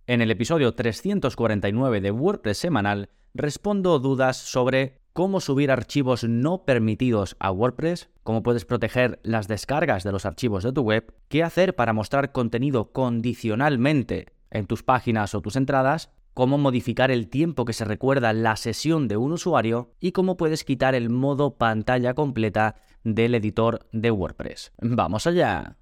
En el episodio 349 de WordPress semanal respondo dudas sobre cómo subir archivos no permitidos a WordPress, cómo puedes proteger las descargas de los archivos de tu web, qué hacer para mostrar contenido condicionalmente en tus páginas o tus entradas, cómo modificar el tiempo que se recuerda la sesión de un usuario y cómo puedes quitar el modo pantalla completa del editor de WordPress. ¡Vamos allá!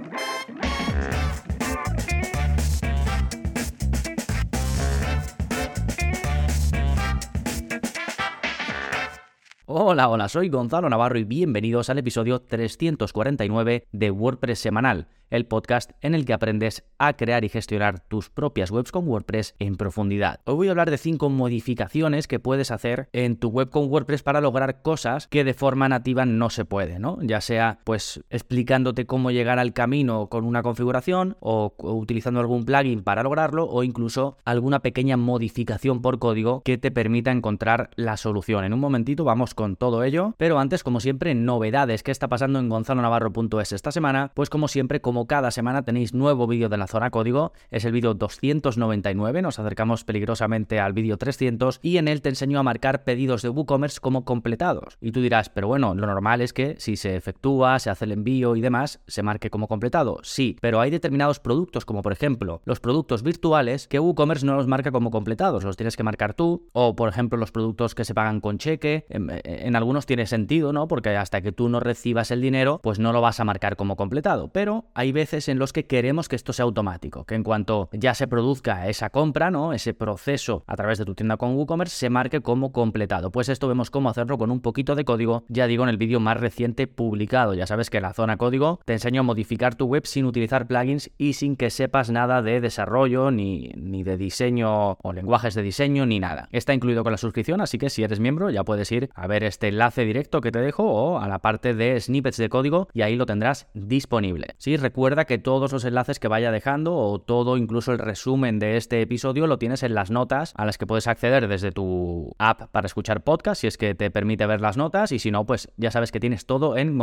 Hola, soy Gonzalo Navarro y bienvenidos al episodio 349 de WordPress semanal, el podcast en el que aprendes a crear y gestionar tus propias webs con WordPress en profundidad. Hoy voy a hablar de 5 modificaciones que puedes hacer en tu web con WordPress para lograr cosas que de forma nativa no se puede, ¿no? Ya sea pues explicándote cómo llegar al camino con una configuración o utilizando algún plugin para lograrlo o incluso alguna pequeña modificación por código que te permita encontrar la solución. En un momentito vamos con todo ello, pero antes, como siempre, novedades. ¿Qué está pasando en gonzalonavarro.es esta semana? Pues como siempre, como cada semana tenéis nuevo vídeo de la zona código, es el vídeo 299, nos acercamos peligrosamente al vídeo 300 y en él te enseño a marcar pedidos de WooCommerce como completados. Y tú dirás, pero bueno, lo normal es que si se efectúa, se hace el envío y demás, se marque como completado. Sí, pero hay determinados productos, como por ejemplo los productos virtuales, que WooCommerce no los marca como completados, los tienes que marcar tú, o por ejemplo los productos que se pagan con cheque. En algunos tiene sentido, ¿no? Porque hasta que tú no recibas el dinero, pues no lo vas a marcar como completado. Pero hay veces en los que queremos que esto sea automático, que en cuanto ya se produzca esa compra, ¿no? Ese proceso a través de tu tienda con WooCommerce se marque como completado. Pues esto vemos cómo hacerlo con un poquito de código, ya digo, en el vídeo más reciente publicado. Ya sabes que en la zona código te enseño a modificar tu web sin utilizar plugins y sin que sepas nada de desarrollo, ni de diseño o lenguajes de diseño, ni nada. Está incluido con la suscripción, así que si eres miembro ya puedes ir a ver este enlace directo que te dejo o a la parte de snippets de código y ahí lo tendrás disponible. Sí, recuerda que todos los enlaces que vaya dejando o todo, incluso el resumen de este episodio, lo tienes en las notas a las que puedes acceder desde tu app para escuchar podcast si es que te permite ver las notas, y si no, pues ya sabes que tienes todo en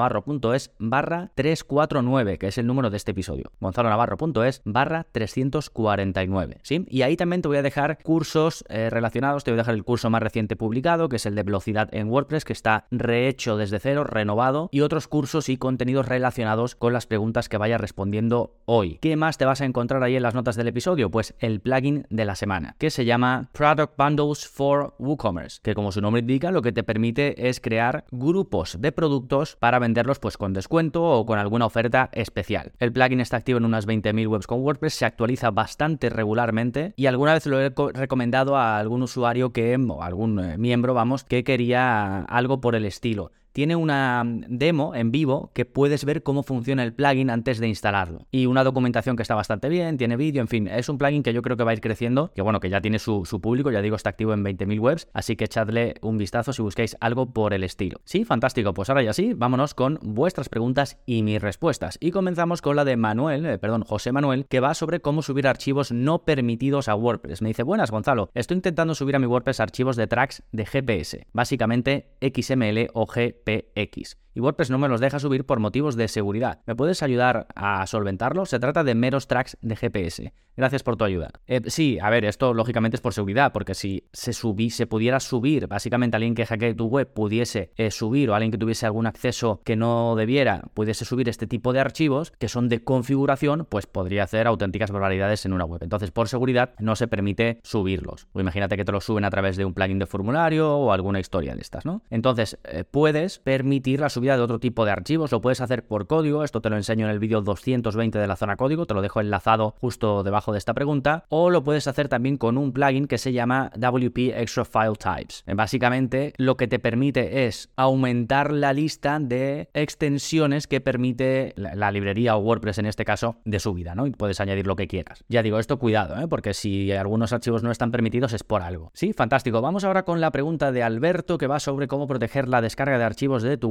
gonzalonavarro.es/349, que es el número de este episodio. gonzalonavarro.es/349, ¿sí? Y ahí también te voy a dejar cursos relacionados. Te voy a dejar el curso más reciente publicado, que es el de velocidad en WordPress, que está rehecho desde cero, renovado, y otros cursos y contenidos relacionados con las preguntas que vaya respondiendo hoy. ¿Qué más te vas a encontrar ahí en las notas del episodio? Pues el plugin de la semana, que se llama Product Bundles for WooCommerce, que como su nombre indica, lo que te permite es crear grupos de productos para venderlos pues con descuento o con alguna oferta especial. El plugin está activo en unas 20.000 webs con WordPress, se actualiza bastante regularmente y alguna vez lo he recomendado a algún usuario o algún miembro, que quería algo por el estilo. Tiene una demo en vivo que puedes ver cómo funciona el plugin antes de instalarlo. Y una documentación que está bastante bien, tiene vídeo, en fin, es un plugin que yo creo que va a ir creciendo, que bueno, que ya tiene su público, ya digo, está activo en 20.000 webs, así que echadle un vistazo si buscáis algo por el estilo. Sí, fantástico, pues ahora ya sí, vámonos con vuestras preguntas y mis respuestas. Y comenzamos con la de José Manuel, que va sobre cómo subir archivos no permitidos a WordPress. Me dice, buenas Gonzalo, estoy intentando subir a mi WordPress archivos de tracks de GPS, básicamente XML o GPX. Y WordPress no me los deja subir por motivos de seguridad. ¿Me puedes ayudar a solventarlo? Se trata de meros tracks de GPS. Gracias por tu ayuda. Sí, a ver, esto lógicamente es por seguridad, porque si se pudiera subir, básicamente alguien que hackee tu web pudiese subir, o alguien que tuviese algún acceso que no debiera, pudiese subir este tipo de archivos que son de configuración, pues podría hacer auténticas barbaridades en una web. Entonces, por seguridad, no se permite subirlos. O imagínate que te los suben a través de un plugin de formulario o alguna historia de estas, ¿no? Entonces, puedes permitir la subida de otro tipo de archivos, lo puedes hacer por código, esto te lo enseño en el vídeo 220 de la zona código, te lo dejo enlazado justo debajo de esta pregunta, o lo puedes hacer también con un plugin que se llama WP Extra File Types. Básicamente lo que te permite es aumentar la lista de extensiones que permite la librería o WordPress en este caso de subida, ¿no? Y puedes añadir lo que quieras. Ya digo, esto cuidado, porque si algunos archivos no están permitidos es por algo. Sí, fantástico. Vamos ahora con la pregunta de Alberto, que va sobre cómo proteger la descarga de archivos de tu web. Me dice,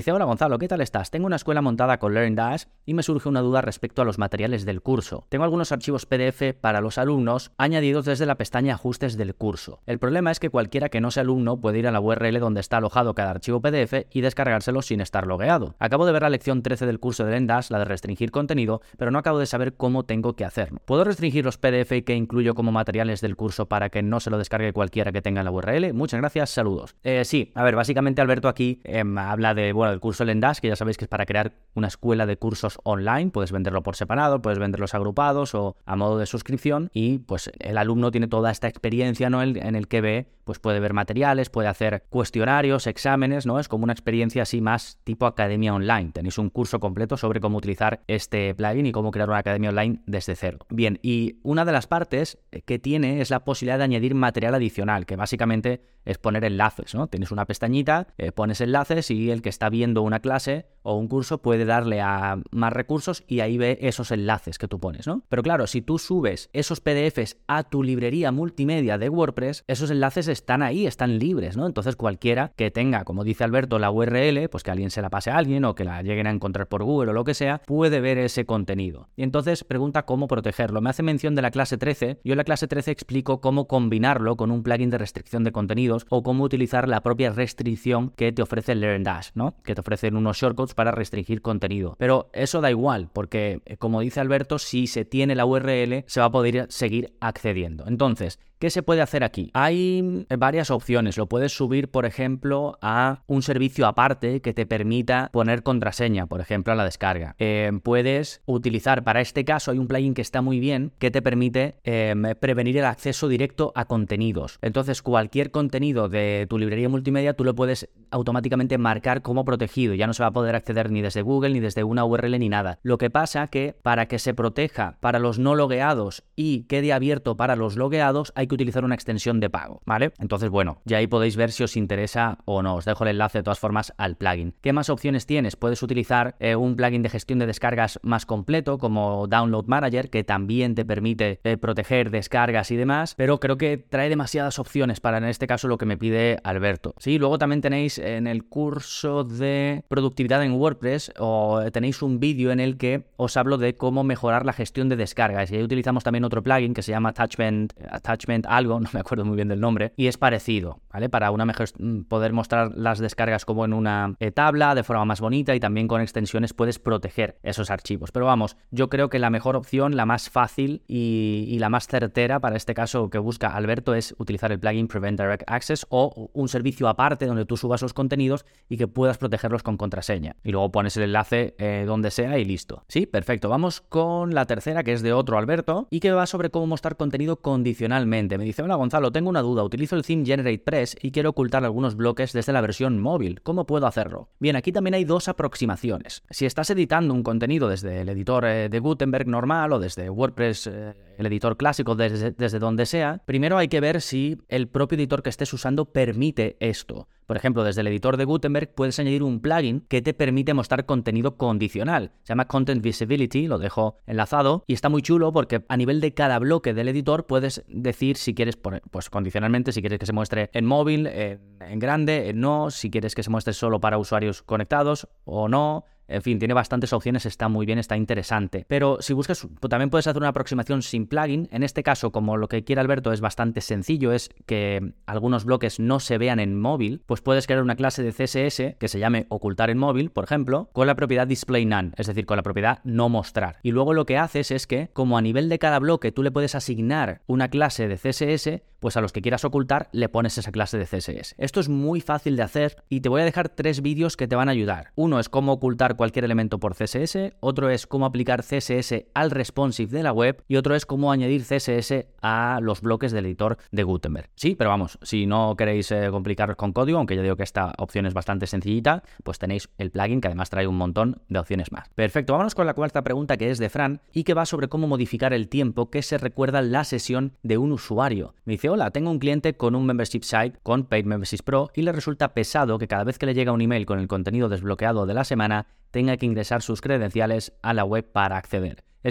dice: hola Gonzalo, ¿qué tal estás? Tengo una escuela montada con LearnDash y me surge una duda respecto a los materiales del curso. Tengo algunos archivos PDF para los alumnos añadidos desde la pestaña Ajustes del curso. El problema es que cualquiera que no sea alumno puede ir a la URL donde está alojado cada archivo PDF y descargárselo sin estar logueado. Acabo de ver la lección 13 del curso de LearnDash, la de restringir contenido, pero no acabo de saber cómo tengo que hacerlo. ¿Puedo restringir los PDF que incluyo como materiales del curso para que no se lo descargue cualquiera que tenga la URL? Muchas gracias, saludos. Sí, a ver, básicamente Alberto aquí habla del curso LearnDash, que ya sabéis que es para crear una escuela de cursos online. Puedes venderlo por separado, puedes venderlos agrupados o a modo de suscripción, y pues el alumno tiene toda esta experiencia, ¿no? En el que ve, pues puede ver materiales, puede hacer cuestionarios, exámenes, ¿no? Es como una experiencia así más tipo academia online. Tenéis un curso completo sobre cómo utilizar este plugin y cómo crear una academia online desde cero. Bien, y una de las partes que tiene es la posibilidad de añadir material adicional, que básicamente es poner enlaces, ¿no? Tienes una pestañita, pones enlaces y el que está viendo una clase o un curso puede darle a más recursos y ahí ve esos enlaces que tú pones, ¿no? Pero claro, si tú subes esos PDFs a tu librería multimedia de WordPress, esos enlaces están ahí, están libres, ¿no? Entonces cualquiera que tenga, como dice Alberto, la URL, pues que alguien se la pase a alguien o que la lleguen a encontrar por Google o lo que sea, puede ver ese contenido. Y entonces pregunta cómo protegerlo. Me hace mención de la clase 13. Yo en la clase 13 explico cómo combinarlo con un plugin de restricción de contenidos o cómo utilizar la propia restricción que te ofrece LearnDash, ¿no? Que te ofrecen unos shortcuts para restringir contenido. Pero eso da igual, porque como dice Alberto, si se tiene la URL, se va a poder seguir accediendo. Entonces, ¿qué se puede hacer aquí? Hay varias opciones. Lo puedes subir, por ejemplo, a un servicio aparte que te permita poner contraseña, por ejemplo, a la descarga. Puedes utilizar, para este caso, hay un plugin que está muy bien, que te permite prevenir el acceso directo a contenidos. Entonces, cualquier contenido de tu librería multimedia, tú lo puedes automáticamente marcar como protegido. Ya no se va a poder acceder ni desde Google, ni desde una URL, ni nada. Lo que pasa que para que se proteja para los no logueados y quede abierto para los logueados, hay que utilizar una extensión de pago, ¿vale? Entonces, bueno, ya ahí podéis ver si os interesa o no. Os dejo el enlace de todas formas al plugin. ¿Qué más opciones tienes? Puedes utilizar un plugin de gestión de descargas más completo como Download Manager, que también te permite proteger descargas y demás, pero creo que trae demasiadas opciones para, en este caso, lo que me pide Alberto. Sí, luego también tenéis en el curso de productividad en WordPress, o tenéis un vídeo en el que os hablo de cómo mejorar la gestión de descargas, y ahí utilizamos también otro plugin que se llama Attachment algo, no me acuerdo muy bien del nombre, y es parecido, ¿vale? Para poder mostrar las descargas como en una tabla de forma más bonita, y también con extensiones puedes proteger esos archivos. Pero vamos, yo creo que la mejor opción, la más fácil y la más certera para este caso que busca Alberto, es utilizar el plugin Prevent Direct Access o un servicio aparte donde tú subas los contenidos y que puedas protegerlos con contraseña. Y luego pones el enlace donde sea y listo. Sí, perfecto. Vamos con la tercera, que es de otro Alberto y que va sobre cómo mostrar contenido condicionalmente. Me dice: hola Gonzalo, tengo una duda. Utilizo el theme GeneratePress y quiero ocultar algunos bloques desde la versión móvil. ¿Cómo puedo hacerlo? Bien, aquí también hay dos aproximaciones. Si estás editando un contenido desde el editor de Gutenberg normal o desde WordPress, el editor clásico, desde donde sea, primero hay que ver si el propio editor que estés usando permite esto. Por ejemplo, desde el editor de Gutenberg puedes añadir un plugin que te permite mostrar contenido condicional. Se llama Content Visibility, lo dejo enlazado, y está muy chulo porque a nivel de cada bloque del editor puedes decir si quieres poner, pues condicionalmente, si quieres que se muestre en móvil, en grande, en no, si quieres que se muestre solo para usuarios conectados o no. En fin, tiene bastantes opciones, está muy bien, está interesante. Pero si buscas, también puedes hacer una aproximación sin plugin. En este caso, como lo que quiere Alberto es bastante sencillo, es que algunos bloques no se vean en móvil, pues puedes crear una clase de CSS que se llame ocultar en móvil, por ejemplo, con la propiedad display none, es decir, con la propiedad no mostrar. Y luego lo que haces es que, como a nivel de cada bloque tú le puedes asignar una clase de CSS, pues a los que quieras ocultar le pones esa clase de CSS. Esto es muy fácil de hacer y te voy a dejar 3 vídeos que te van a ayudar. Uno es cómo ocultar cualquier elemento por CSS, otro es cómo aplicar CSS al responsive de la web y otro es cómo añadir CSS a los bloques del editor de Gutenberg. Sí, pero vamos, si no queréis complicaros con código, aunque yo digo que esta opción es bastante sencillita, pues tenéis el plugin que además trae un montón de opciones más. Perfecto, vámonos con la cuarta pregunta, que es de Fran y que va sobre cómo modificar el tiempo que se recuerda la sesión de un usuario. Me dice: hola, tengo un cliente con un membership site con Paid Memberships Pro y le resulta pesado que cada vez que le llega un email con el contenido desbloqueado de la semana tenga que ingresar sus credenciales a la web para acceder. Es decir,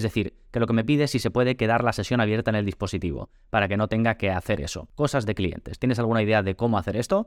que lo que me pide es si se puede quedar la sesión abierta en el dispositivo, para que no tenga que hacer eso. Cosas de clientes. ¿Tienes alguna idea de cómo hacer esto?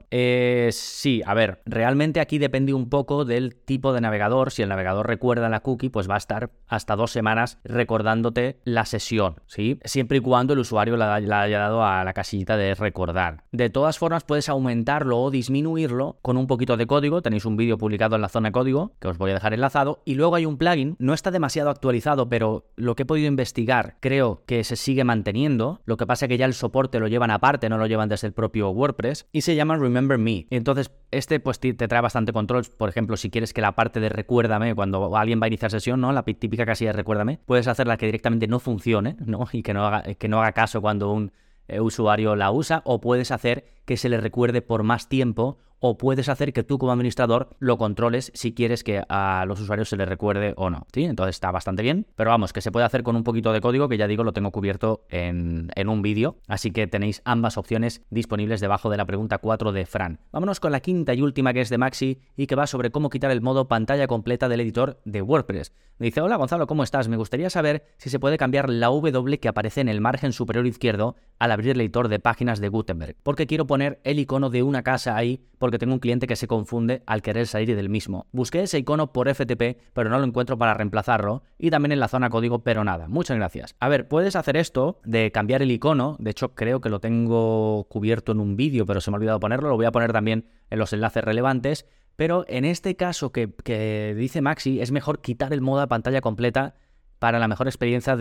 Sí, a ver, realmente aquí depende un poco del tipo de navegador. Si el navegador recuerda la cookie, pues va a estar hasta 2 semanas recordándote la sesión, ¿sí? Siempre y cuando el usuario la haya dado a la casillita de recordar. De todas formas, puedes aumentarlo o disminuirlo con un poquito de código. Tenéis un vídeo publicado en la zona de código, que os voy a dejar enlazado, y luego hay un plugin, no está demasiado actualizado, pero lo que he podido investigar creo que se sigue manteniendo. Lo que pasa es que ya el soporte lo llevan aparte, no lo llevan desde el propio WordPress, y se llama Remember Me. Entonces, pues te trae bastante control. Por ejemplo, si quieres que la parte de recuérdame, cuando alguien va a iniciar sesión, ¿no? La típica casilla de recuérdame, puedes hacerla que directamente no funcione, ¿no? Y que no haga caso cuando un usuario la usa, o puedes hacer que se le recuerde por más tiempo, o puedes hacer que tú como administrador lo controles si quieres que a los usuarios se les recuerde o no, ¿sí? Entonces está bastante bien, pero vamos, que se puede hacer con un poquito de código, que ya digo, lo tengo cubierto en un vídeo, así que tenéis ambas opciones disponibles debajo de la pregunta 4 de Fran. Vámonos con la quinta y última, que es de Maxi y que va sobre cómo quitar el modo pantalla completa del editor de WordPress. Me dice: hola Gonzalo, ¿cómo estás? Me gustaría saber si se puede cambiar la W que aparece en el margen superior izquierdo al abrir el editor de páginas de Gutenberg, porque quiero poner el icono de una casa ahí, porque tengo un cliente que se confunde al querer salir del mismo. Busqué ese icono por FTP, pero no lo encuentro para reemplazarlo, y también en la zona código, pero nada. Muchas gracias. A ver, puedes hacer esto de cambiar el icono. De hecho, creo que lo tengo cubierto en un vídeo, pero se me ha olvidado ponerlo. Lo voy a poner también en los enlaces relevantes. Pero en este caso que dice Maxi, es mejor quitar el modo de pantalla completa para la mejor experiencia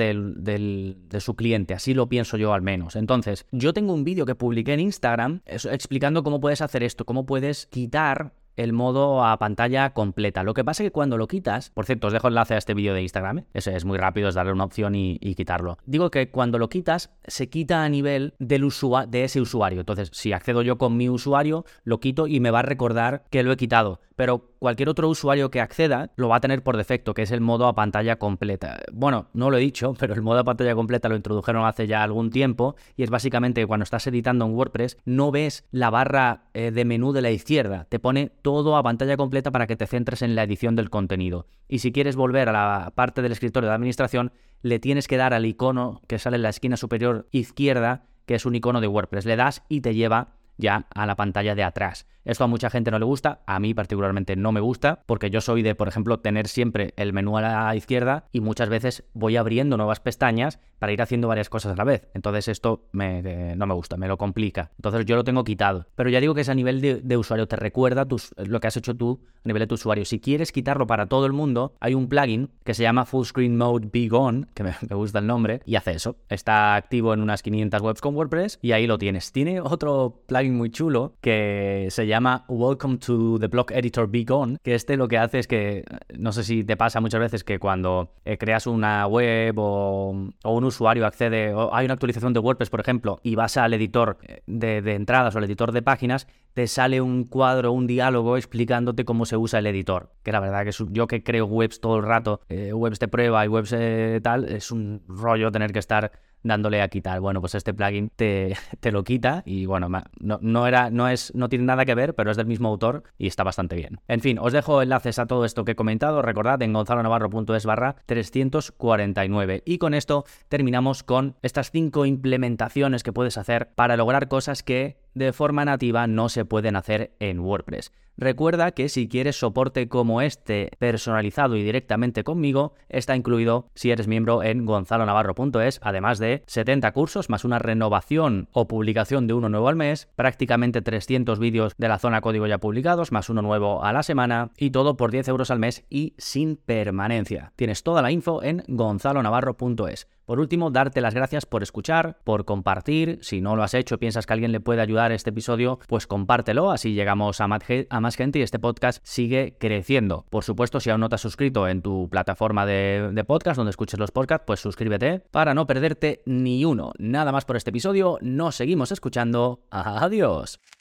de su cliente. Así lo pienso yo al menos. Entonces, yo tengo un vídeo que publiqué en Instagram explicando cómo puedes hacer esto, cómo puedes quitar el modo a pantalla completa. Lo que pasa es que cuando lo quitas, por cierto, os dejo enlace a este vídeo de Instagram, ¿eh? Eso es muy rápido, es darle una opción y quitarlo. Digo que cuando lo quitas, se quita a nivel de ese usuario. Entonces, si accedo yo con mi usuario, lo quito y me va a recordar que lo he quitado. Pero cualquier otro usuario que acceda lo va a tener por defecto, que es el modo a pantalla completa. Bueno, no lo he dicho, pero el modo a pantalla completa lo introdujeron hace ya algún tiempo, y es básicamente que cuando estás editando en WordPress no ves la barra de menú de la izquierda, te pone todo a pantalla completa para que te centres en la edición del contenido. Y si quieres volver a la parte del escritorio de administración, le tienes que dar al icono que sale en la esquina superior izquierda, que es un icono de WordPress. Le das y te lleva ya a la pantalla de atrás. Esto a mucha gente no le gusta, a mí particularmente no me gusta, porque yo soy de, por ejemplo, tener siempre el menú a la izquierda y muchas veces voy abriendo nuevas pestañas para ir haciendo varias cosas a la vez. Entonces esto no me gusta, me lo complica. Entonces yo lo tengo quitado. Pero ya digo que es a nivel de usuario, te recuerda lo que has hecho tú a nivel de tu usuario. Si quieres quitarlo para todo el mundo, hay un plugin que se llama Full Screen Mode Be Gone, que me gusta el nombre, y hace eso. Está activo en unas 500 webs con WordPress y ahí lo tienes. Tiene otro plugin muy chulo que se llama Welcome to the Block Editor Be Gone, que lo que hace es que, no sé si te pasa muchas veces que cuando creas una web o un usuario accede, o hay una actualización de WordPress, por ejemplo, y vas al editor de entradas o al editor de páginas, te sale un cuadro, un diálogo explicándote cómo se usa el editor. Que la verdad que yo que creo webs todo el rato, webs de prueba y webs tal, es un rollo tener que estar dándole a quitar. Bueno, pues este plugin te lo quita y bueno, no tiene nada que ver, pero es del mismo autor y está bastante bien. En fin, os dejo enlaces a todo esto que he comentado, recordad en gonzalonavarro.es/349. Y con esto terminamos con estas 5 implementaciones que puedes hacer para lograr cosas que de forma nativa no se pueden hacer en WordPress. Recuerda que si quieres soporte como este personalizado y directamente conmigo, está incluido si eres miembro en gonzalonavarro.es, además de 70 cursos más una renovación o publicación de uno nuevo al mes, prácticamente 300 vídeos de la zona código ya publicados más uno nuevo a la semana, y todo por 10 euros al mes y sin permanencia. Tienes toda la info en gonzalonavarro.es. Por último, darte las gracias por escuchar, por compartir. Si no lo has hecho, piensas que a alguien le puede ayudar este episodio, pues compártelo, así llegamos a más gente y este podcast sigue creciendo. Por supuesto, si aún no te has suscrito en tu plataforma de podcast, donde escuches los podcasts, pues suscríbete para no perderte ni uno. Nada más por este episodio, nos seguimos escuchando. Adiós.